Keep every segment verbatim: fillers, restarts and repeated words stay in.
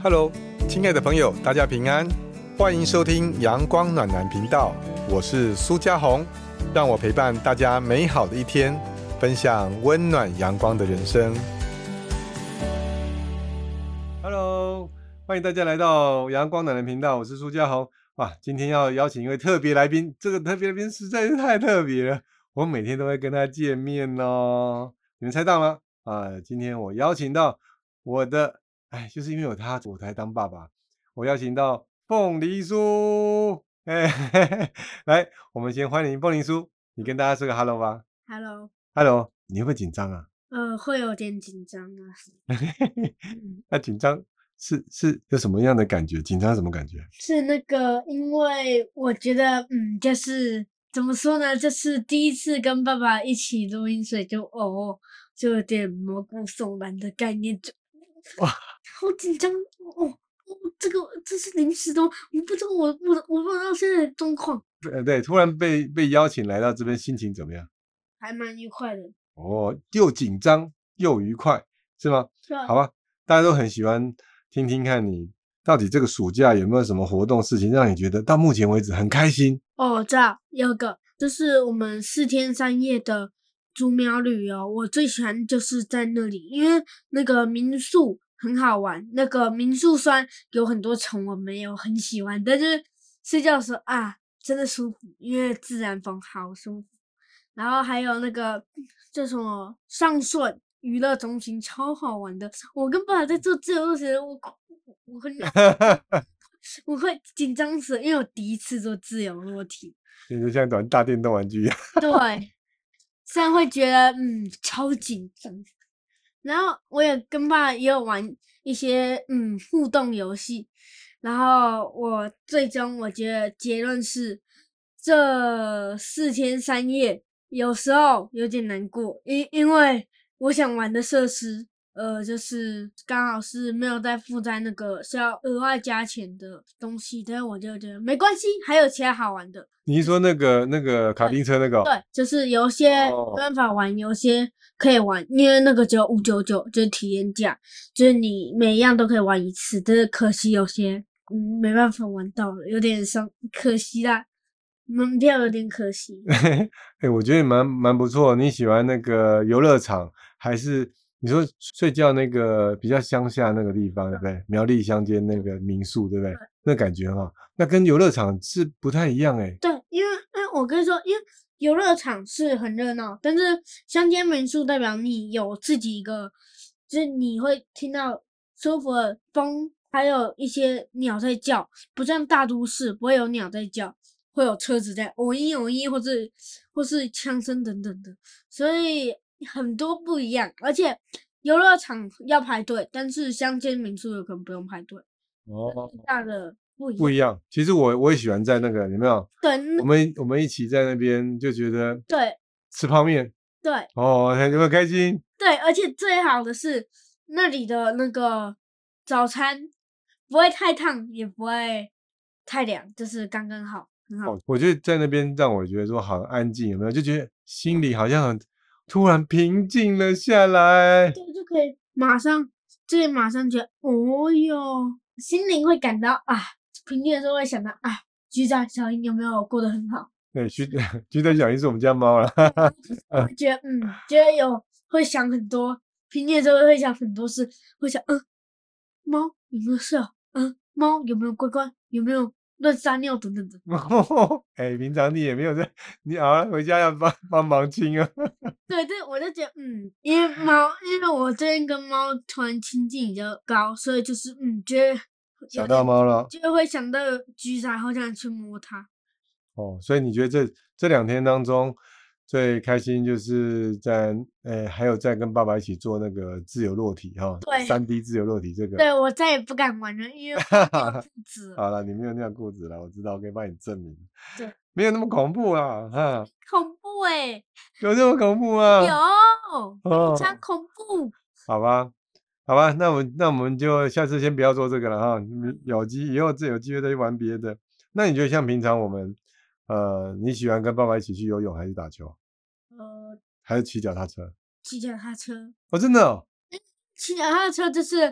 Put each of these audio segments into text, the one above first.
Hello， 亲爱的朋友，大家平安，欢迎收听阳光暖男频道，我是苏家宏，让我陪伴大家美好的一天，分享温暖阳光的人生。Hello， 欢迎大家来到阳光暖男频道，我是苏家宏。哇，今天要邀请一位特别来宾，这个特别来宾实在是太特别了，我每天都会跟他见面哦。你们猜到吗？啊，今天我邀请到我的，哎，就是因为有他，我才当爸爸。我邀请到凤梨酥，哎，嘿嘿来，我们先欢迎凤梨酥，你跟大家说个 hello 吧。 Hello， Hello，你会不会紧张啊？ 呃，会有点紧张啊。 那紧张是是有什么样的感觉？紧张什么感觉？ 是那个，因为我觉得，嗯，就是怎么说呢，这是第一次跟爸爸一起录音，所以就哦，就有点毛骨悚然的概念，就哇， 好紧张哦。哦，这个这是临时的，我不知道我我我不知道现在的状况， 对对，突然被被邀请来到这边，心情怎么样？ 还蛮愉快的。 哦，又紧张又愉快，是吗？ 对啊， 好吧，大家都很喜欢听听看你到底这个暑假有没有什么活动事情让你觉得到目前为止很开心？ 哦，我知道有个，就是我们四天三夜的竹苗旅游，我最喜欢就是在那里，因为那个民宿很好玩。那个民宿虽然有很多虫，我没有很喜欢，但是睡觉的时候啊，真的舒服，因为自然风好舒服。然后还有那个叫什么上顺娱乐中心，超好玩的。我跟爸爸在做自由落体，我我我很我会紧张死了，因为我第一次做自由落体。 你就像玩大电动玩具一样。 对，虽然会觉得嗯超紧张，然后我也跟爸也有玩一些嗯互动游戏，然后我最终我觉得结论是这四天三夜有时候有点难过，因因为我想玩的设施。呃，就是刚好是没有再附在那个是要额外加钱的东西，但是我就觉得没关系，还有其他好玩的。 你是说那个那个卡丁车那个哦？ 对，就是有些没哦， 办法玩，有些可以玩，因为那个只有五九九，就是体验价，就是你每一样都可以玩一次，但是可惜有些嗯没办法玩到了，有点伤，可惜啦，门票有点可惜。 哎，我觉得蛮蛮不错。你喜欢那个游乐场，还是你说睡觉那个比较乡下那个地方，对不对？苗栗乡间那个民宿，对不对？ 对那感觉哈，那跟游乐场是不太一样哎。 对，因为因为我跟你说，因为游乐场是很热闹，但是乡间民宿代表你有自己一个，就是你会听到舒服的风，还有一些鸟在叫，不像大都市不会有鸟在叫，会有车子在哦一哦一，或是或是枪声等等的，所以很多不一样。而且游乐场要排队，但是乡间民宿有可能不用排队， 哦， 最大的不一样。 不一样。其实我我也喜欢在那个有没有？ 对我们我们一起在那边就觉得对吃泡面对。 哦，很很开心。 对，而且最好的是那里的那个早餐不会太烫，也不会太凉，就是刚刚好，很好。 哦，我觉得在那边让我觉得说很安静，有没有？就觉得心里好像很突然平静了下来。 对，就可以马上，就可以马上觉得，哦哟，心灵会感到啊，平静的时候会想到啊，局长小英有没有过得很好？ 对，徐徐德小英是我们家猫了。 会觉得嗯，觉得有会想很多，平静的时候会想很多事，会想嗯，猫有没有事啊？嗯，猫有没有乖乖？有没有乱撒尿等等的。 哎，平常你也没有在，你好了回家要帮帮忙清啊。 对对，我就觉得嗯，因为猫，因为我最近跟猫突然亲近比较高，所以就是嗯，觉得有想到点， 猫了。 就会想到橘子，好想去摸它。 哦，所以你觉得这这两天当中最开心就是在，呃，还有在跟爸爸一起做那个自由落体哈， 对三 D 自由落体这个。 对，我再也不敢玩了，因为我尿裤子了。 好了，你没有尿裤子了，我知道，我可以帮你证明， 对， 没有那么恐怖啦，哈， 恐怖诶， 有这么恐怖吗？ 有，非常哦， 恐怖。 好吧，好吧，那我们那我们就下次先不要做这个了哈，你有机以后自有机会再去玩别的。那你觉得像平常我们，呃，你喜欢跟爸爸一起去游泳，还是打球， 呃， 还是骑脚踏车？ 骑脚踏车， 哦，真的哦。 骑脚踏车就是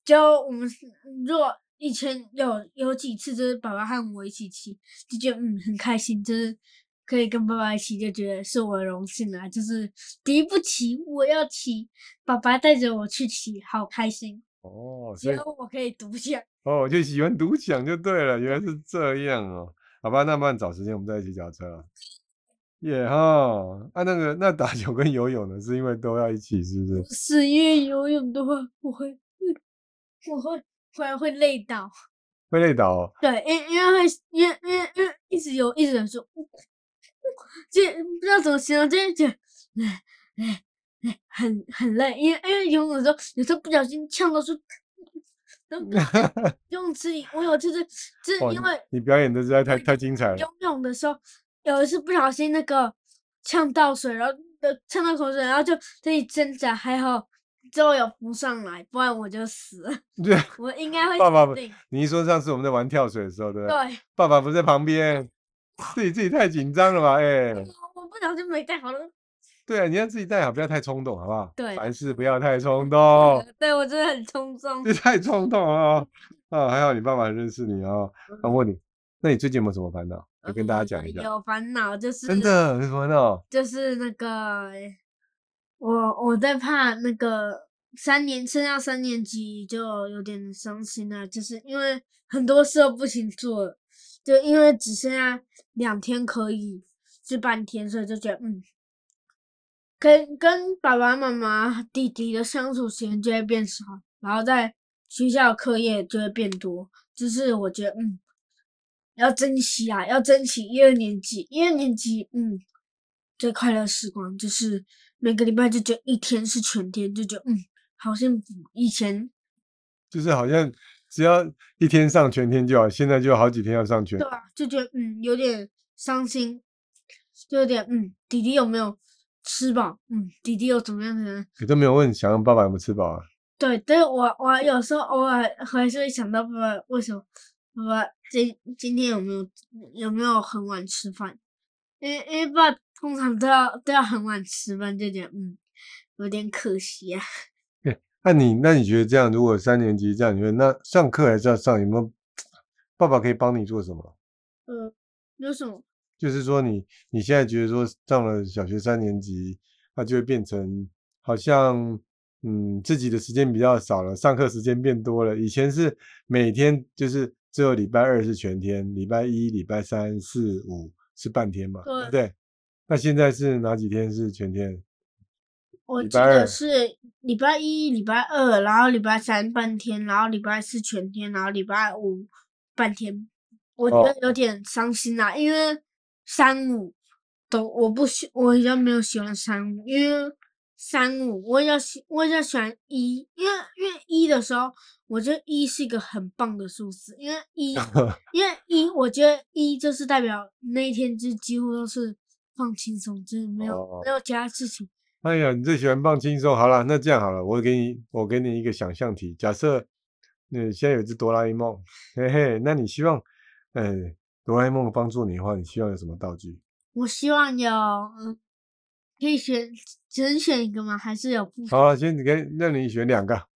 就我们是如果以前有有几次就是爸爸和我一起骑，就觉得嗯很开心，就是可以跟爸爸一起，就觉得是我的荣幸啊。就是第一步骑，我要骑，爸爸带着我去骑，好开心， 哦， 只所以有我可以独享。 哦，就喜欢独享就对了，原来是这样哦。好吧，那不然找时间我们再一起脚踏车啊。也哈，啊，那个那打球跟游泳呢，是因为都要一起是不是？ 是因为游泳的话，我会，嗯我会会会累到。 会累倒哦。 对，因因为会，因为因为因为一直游，一直有说，这不知道怎么形容，就是觉得，哎哎哎，很很累，因为因为游泳的时候，有时候不小心呛到说，都不知道在游泳池里，我有就是就是哦， 因为你表演的实在太我太精彩了。 游泳的时候，有一次不小心那个呛到水，然后呃呛到口水，然后就自己挣扎，还好之后有浮上来，不然我就死了， 对， 我应该会爸爸不， 死定。 你一说上次我们在玩跳水的时候，对不对？ 对， 爸爸不在旁边，自己自己太紧张了吧？哎， 我不小心没带好了。 对啊，你要自己带好，不要太冲动，好不好？ 对， 凡事不要太冲动， 对我真的很冲动。 别太冲动啊！啊，还好你爸爸很认识你啊。那我问你，那你最近有没有什么烦恼？要跟大家讲呃， 一下。 有烦恼就是真的有什么烦恼？ 就是那个我我在怕那个三年升到三年级就有点伤心啊，就是因为很多事都不行做了，就因为只剩下两天可以是半天，所以就觉得嗯，跟跟爸爸妈妈、弟弟的相处时间就会变少，然后在学校课业就会变多，就是我觉得嗯。要珍惜啊，要珍惜一二年级，一二年级，嗯，最快乐时光就是每个礼拜就觉得一天是全天，就觉得嗯，好幸福。以前就是好像只要一天上全天就好，现在就好几天要上全。 对啊，就觉得嗯有点伤心，就有点嗯，弟弟有没有吃饱？嗯，弟弟有怎么样的？ 你都没有问想让爸爸有没有吃饱啊？ 对，但是我我有时候偶尔还是会想到爸爸为什么爸爸今今天有没有有没有很晚吃饭？因为因为爸通常都要都要很晚吃饭，就觉得嗯有点可惜啊。 对，那你那你觉得这样，如果三年级这样，你觉得那上课还是要上，有没有爸爸可以帮你做什么？ 呃，有什么？ 就是说你你现在觉得说上了小学三年级，那就会变成好像嗯自己的时间比较少了，上课时间变多了。以前是每天就是只有礼拜二是全天，礼拜一、礼拜三、四、五是半天嘛，对不对， 对？那现在是哪几天是全天？ 我记得礼拜二。 是礼拜一、礼拜二，然后礼拜三半天，然后礼拜四全天，然后礼拜五半天。我觉得哦， 有点伤心啦，因为三五都我不喜，我比较没有喜欢三五，因为三五我比较喜，我比较喜欢一，因为因为一的时候，我觉得一是一个很棒的数字，因为一，因为一，我觉得一就是代表那一天就几乎都是放轻松，就是没有哦， 没有其他事情。 哎呀，你最喜欢放轻松。好了，那这样好了，我给你，我给你一个想象题。假设你现在有一只哆啦 A 梦，嘿嘿，那你希望，呃，哆啦 A 梦帮助你的话，你希望有什么道具？ 我希望有，嗯，可以选，只能选一个吗？还是有不？ 好了，先你给，让你选两个。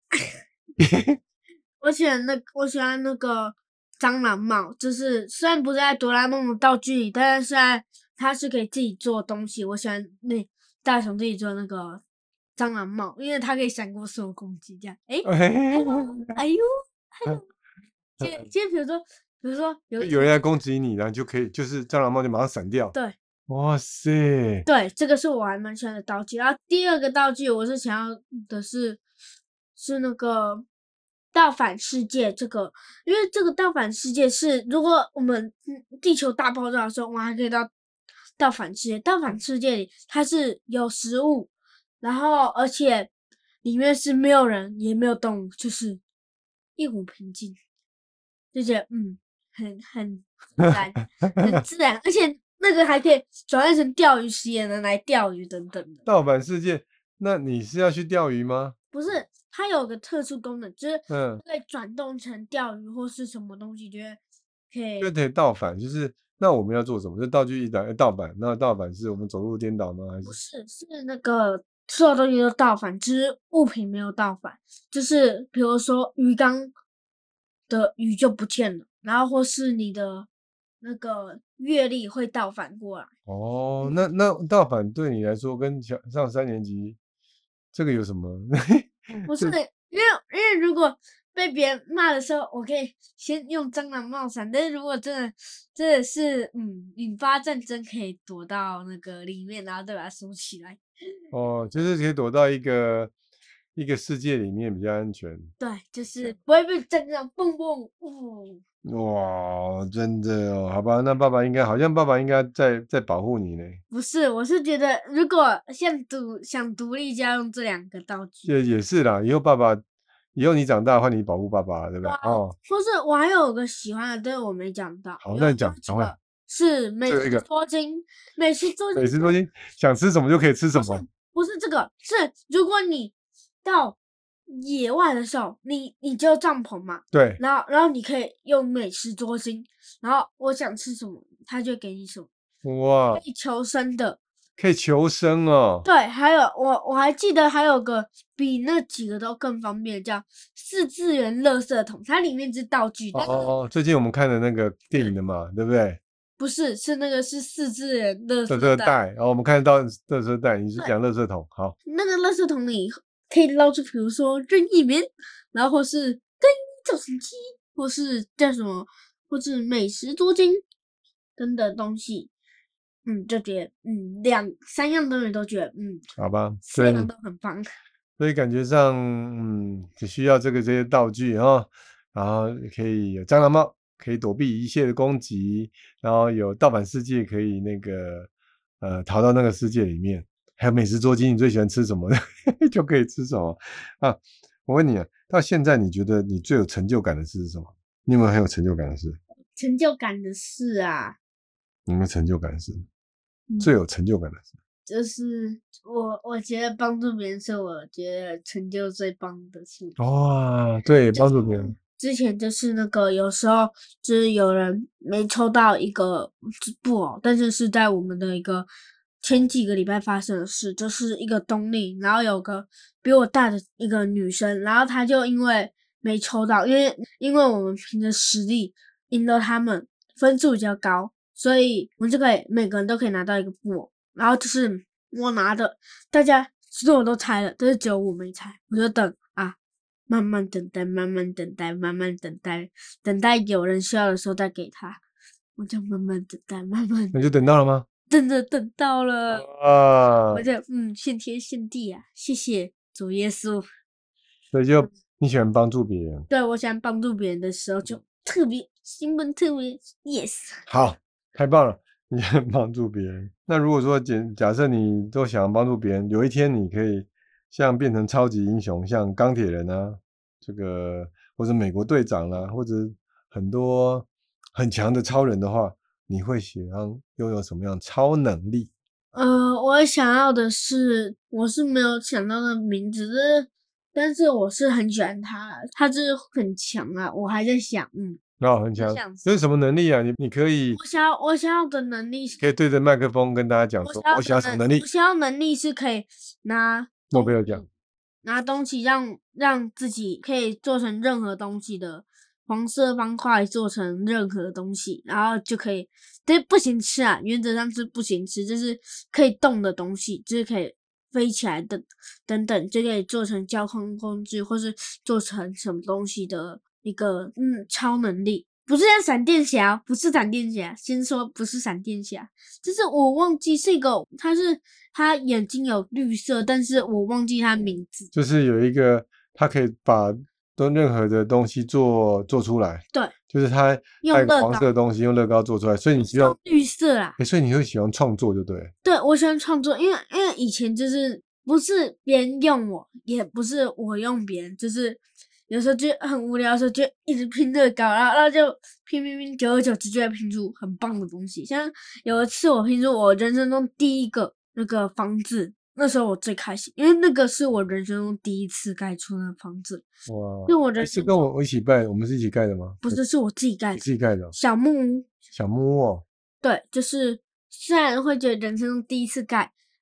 我选那我喜欢那个蟑螂帽，就是虽然不在哆啦 A 梦的道具里，但是在它是可以自己做东西。我喜欢那大雄自己做那个蟑螂帽，因为它可以闪过所有攻击，这样。诶，hello，哎呦，hello，就就比如说，比如说有一天， 有人来攻击你，然后就可以，就是蟑螂猫就马上闪掉。 对哇塞， 对，这个是我还蛮喜欢的道具。然后第二个道具，我是想要的是是那个倒反世界这个，因为这个倒反世界是如果我们嗯地球大爆炸的时候，我们还可以到倒反世界。倒反世界里它是有食物，然后而且里面是没有人也没有动物，就是一股平静，就觉得嗯很很自然，很自然，而且那个还可以转换成钓鱼池，也能来钓鱼等等的。 盗版世界，那你是要去钓鱼吗？ 不是，它有个特殊功能，就是嗯， 可以转动成钓鱼或是什么东西，觉得可以。 就得盗版，就是那我们要做什么？就道具一来盗版，那盗版是我们走路颠倒吗？还是？ 不是，是那个所有东西都倒反，只是物品没有倒反。就是比如说鱼缸的鱼就不见了，然后或是你的那个月历会倒反过来。 哦，那那倒反对你来说跟小上三年级这个有什么？ 不是， 这因为因为如果被别人骂的时候，我可以先用蟑螂帽伞，但是如果真的真的是嗯引发战争，可以躲到那个里面，然后再把它收起来。 哦，就是可以躲到一个一个世界里面比较安全。 对，就是不会被战争蹦蹦呜。 哇，真的哦，好吧，那爸爸应该好像爸爸应该在在保护你呢。 不是，我是觉得如果像独想独立，就要用这两个道具。 也也是啦，以后爸爸，以后你长大换你保护爸爸，对不对？哦， 或是我还有个喜欢的，但是我没讲到， 好， 有那你讲，赶快， 有几个是美食最后一个捉金，美食捉金是美食中心，想吃什么就可以吃什不是么。 不是这个，是如果你到野外的时候，你你就帐篷嘛， 对， 然后然后你可以用美食捉金，然后我想吃什么，他就给你什么， 哇， 可以求生的。 可以求生哦。 对，还有我我还记得还有个比那几个都更方便的，叫四次元垃圾桶，它里面是道具，但是哦哦哦，最近我们看的那个电影的嘛，对不对？ 不是是那个是四次元垃垃圾袋。 圾袋，然后我们看得到垃圾袋，你是对， 讲垃圾桶，好， 那个垃圾桶里可以捞出，比如说任意门，然后或是更衣造型机，或是叫什么，或是美食捉金等等东西。嗯，就觉得嗯两三样东西都觉得嗯好吧，所以四样都很棒。 所以感觉上，嗯，只需要这个这些道具哦，然后可以有蟑螂帽，可以躲避一切的攻击，然后有盗版世界可以那个呃逃到那个世界里面，还有美食捉鸡，你最喜欢吃什么就可以吃什么啊？我问你啊，到现在你觉得你最有成就感的事是什么？你有没有很有成就感的事？ 成就感的事啊， 你有没有成就感的事？ 嗯， 最有成就感的事？ 就是我我觉得帮助别人是我觉得成就最棒的事。 哇，对，帮助别人， 之前就是那个有时候就是有人没抽到一个布偶，但是是在我们的一个前几个礼拜发生的事，就是一个冬令，然后有个比我大的一个女生，然后她就因为没抽到，因为因为我们凭着实力赢了他们，分数比较高，所以我们就可以每个人都可以拿到一个布偶，然后就是我拿的，大家所有都猜了，但是只有我没猜，我就等啊。慢慢等待，慢慢等待，慢慢等待，等待有人需要的时候再给他。我就慢慢等待，慢慢那就等到了吗？ 真的等到了。 啊， 我就嗯，献天献地啊，谢谢主耶稣。 所以就你喜欢帮助别人。 对，我想帮助别人的时候，就特别兴奋，特别 yes。 好，太棒了，你很帮助别人。那如果说假假设你都想帮助别人，有一天你可以像变成超级英雄，像钢铁人啊，这个或者美国队长啦、或者很多很强的超人的话，你会喜欢拥有什么样超能力？ 呃，我想要的是，我是没有想到的名字，但是但是我是很喜欢他，他就是很强啊，我还在想，嗯， 哦，很强， 想这是什么能力啊？你你可以我想要我想要的能力是， 可以对着麦克风跟大家讲说， 我想要我想要的能， 什么能力？ 我想要能力是可以拿诺贝尔奖。 拿东西让让自己可以做成任何东西的黄色方块做成任何东西，然后就可以，对，不行吃啊，原则上是不行吃，就是可以动的东西，就是可以飞起来的等等，就可以做成交通工具，或是做成什么东西的一个嗯超能力。不是像闪电侠，不是闪电侠。先说不是闪电侠，就是我忘记是一个，他是他眼睛有绿色，但是我忘记他名字。 就是有一个，它可以把都任何的东西做做出来， 对， 就是它带一个黄用乐高， 色的东西，用乐高做出来，所以你希望， 绿色啦。 诶，所以你会喜欢创作就对了。 对，我喜欢创作，因为因为以前就是不是别人用我，也不是我用别人，就是有时候就很无聊的时候就一直拼乐高，然后然后就拼拼拼，久而久之就会拼出很棒的东西。像有一次我拼出我人生中第一个那个房子，那时候我最开心，因为那个是我人生中第一次盖出那个房子， 哇， 是我诶人生中是跟我我一起盖的，我们是一起盖的吗？ 不是是我自己盖你的自己盖的哦， 小木屋。 小木屋哦， 对，就是虽然会觉得人生中第一次盖，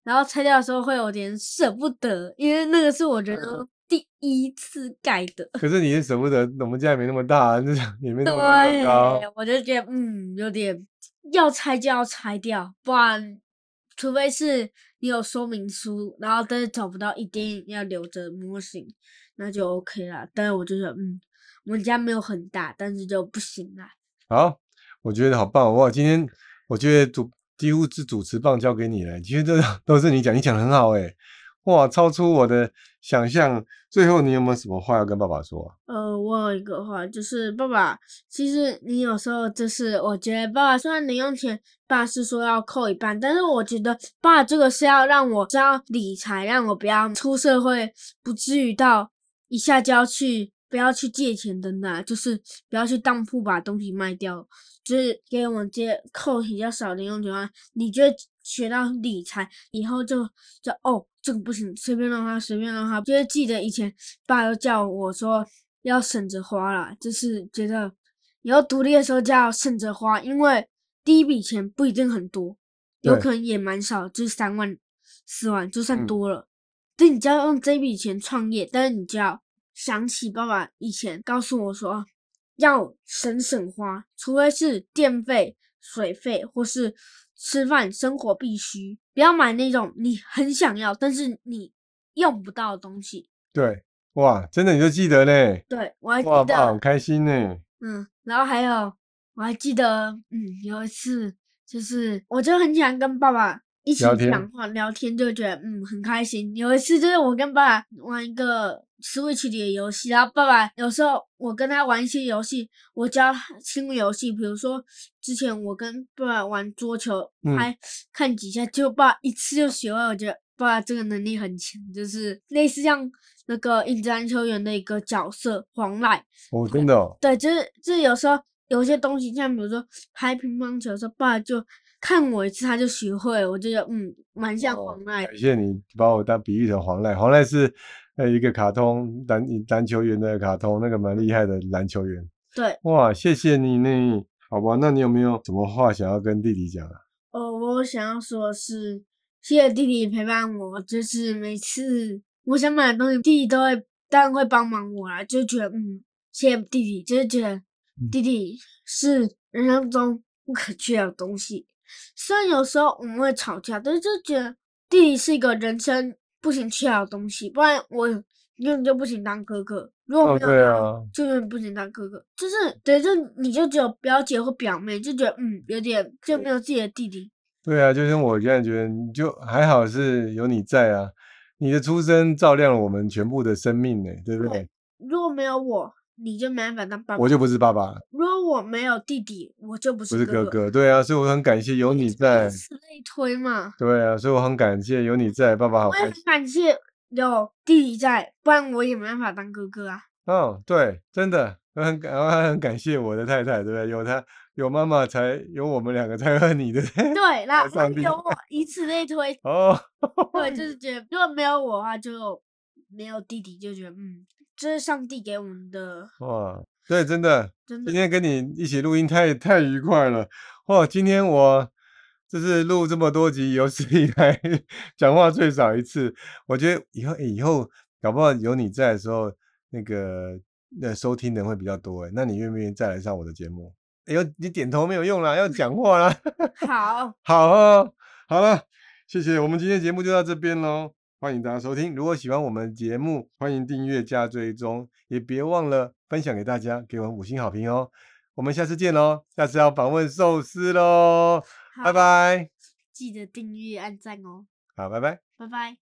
然后拆掉的时候会有点舍不得，因为那个是我人生第一次盖的。 可是你也舍不得，我们家也没那么大，就是也没那么对， 高。 我就觉得嗯，有点要拆就要拆掉，不然除非是你有说明书，然后但是找不到，一定要留着模型，那就 OK 啦。但是我就觉得嗯，我们家没有很大，但是就不行啦。 好，我觉得好棒哇！今天我觉得主几乎是主持棒交给你了，其实这都是你讲，你讲的很好哎，哇，超出我的想象。最后你有没有什么话要跟爸爸说啊？ 呃，我有一个话，就是爸爸，其实你有时候就是我觉得爸爸虽然零用钱，爸是说要扣一半，但是我觉得爸这个是要让我知道理财，让我不要出社会，不至于到一下就要去不要去借钱的呢，就是不要去当铺把东西卖掉，就是给我借扣比较少零用钱的话，你就会学到理财，以后就就哦。这个不行，随便乱花，随便乱花。就是记得以前爸都叫我说要省着花啦，就是觉得以后独立的时候就要省着花，因为第一笔钱不一定很多，有可能也蛮少，就是三万、四万就算多了。但、嗯、你就要用这笔钱创业，但是你就要想起爸爸以前告诉我说要省省花，除非是电费、水费或是吃饭生活必须，不要买那种你很想要但是你用不到的东西。 对，哇，真的你就记得呢？ 对，我还记哇，爸得， 很开心呢。 嗯，然后还有我还记得，嗯，有一次就是我就很喜欢跟爸爸一起聊天讲话聊天，就觉得嗯很开心。有一次就是我跟爸爸玩一个 Switch 里的游戏，然后爸爸有时候我跟他玩一些游戏，我教他新游戏，比如说之前我跟爸爸玩桌球， 嗯拍看几下，就爸爸一次就学会，我觉得爸爸这个能力很强，就是类似像那个影子篮球员的一个角色黄赖。 哦，真的哦。 对，就是就是有时候有一些东西，像比如说拍乒乓球的时候，爸爸就看我一次他就学会了，我就觉得嗯，蛮像哦， 黄赖的。 感谢你把我当比喻成黄赖，黄赖是呃一个卡通篮篮球员的卡通，那个蛮厉害的篮球员。 对， 哇，谢谢你呢。好吧，那你有没有什么话想要跟弟弟讲啊？ 呃，我想要说的是，谢谢弟弟陪伴我，就是每次我想买的东西，弟弟都会当然会帮忙我啦，就觉得嗯，谢谢弟弟，就是觉得弟弟是人生中不可缺的东西。虽然有时候我们会吵架，但是就觉得弟弟是一个人生不行缺少的东西，不然我永远就不行当哥哥。如果哦， 没有他， 对啊， 就永远不行当哥哥。就是对，就你就只有表姐或表妹，就觉得嗯，有点就没有自己的弟弟。 对啊，就跟我现在觉得，你就还好是有你在啊，你的出生照亮了我们全部的生命呢，对不对？ 如果没有我，你就没办法当爸爸。 我就不是爸爸了， 如果我没有弟弟，我就不不是哥哥。 是哥哥，对啊，所以我很感谢有你以在， 此类推嘛。 对啊，所以我很感谢有你在，爸爸好我也很开心。 感谢有弟弟在，不然我也没办法当哥哥啊。 嗯，对，真的，我很感我还很感谢我的太太，对不对？有她有妈妈才有我们两个，才有你，对不对？ 对，那还有上帝。 有我，以此类推。 哦， 对，就是觉得如果没有我的话，就没有弟弟，就觉得嗯，这是上帝给我们的， 哇，对，真的， 真的。 今天跟你一起录音太太愉快了。哇，今天我就是录这么多集，有史以来讲话最少一次。我觉得以后诶以后搞不好有你在的时候，那个那收听人会比较多诶。那你愿不愿意再来上我的节目？哎呦，你点头没有用啦，要讲话啦。 好， 好哦，好了，谢谢，我们今天节目就到这边喽。欢迎大家收听。如果喜欢我们节目，欢迎订阅加追踪，也别忘了分享给大家，给我们五星好评哦。我们下次见喽，下次要访问寿司喽，拜好， 拜。 记得订阅、按赞哦， 好，拜拜。 拜拜。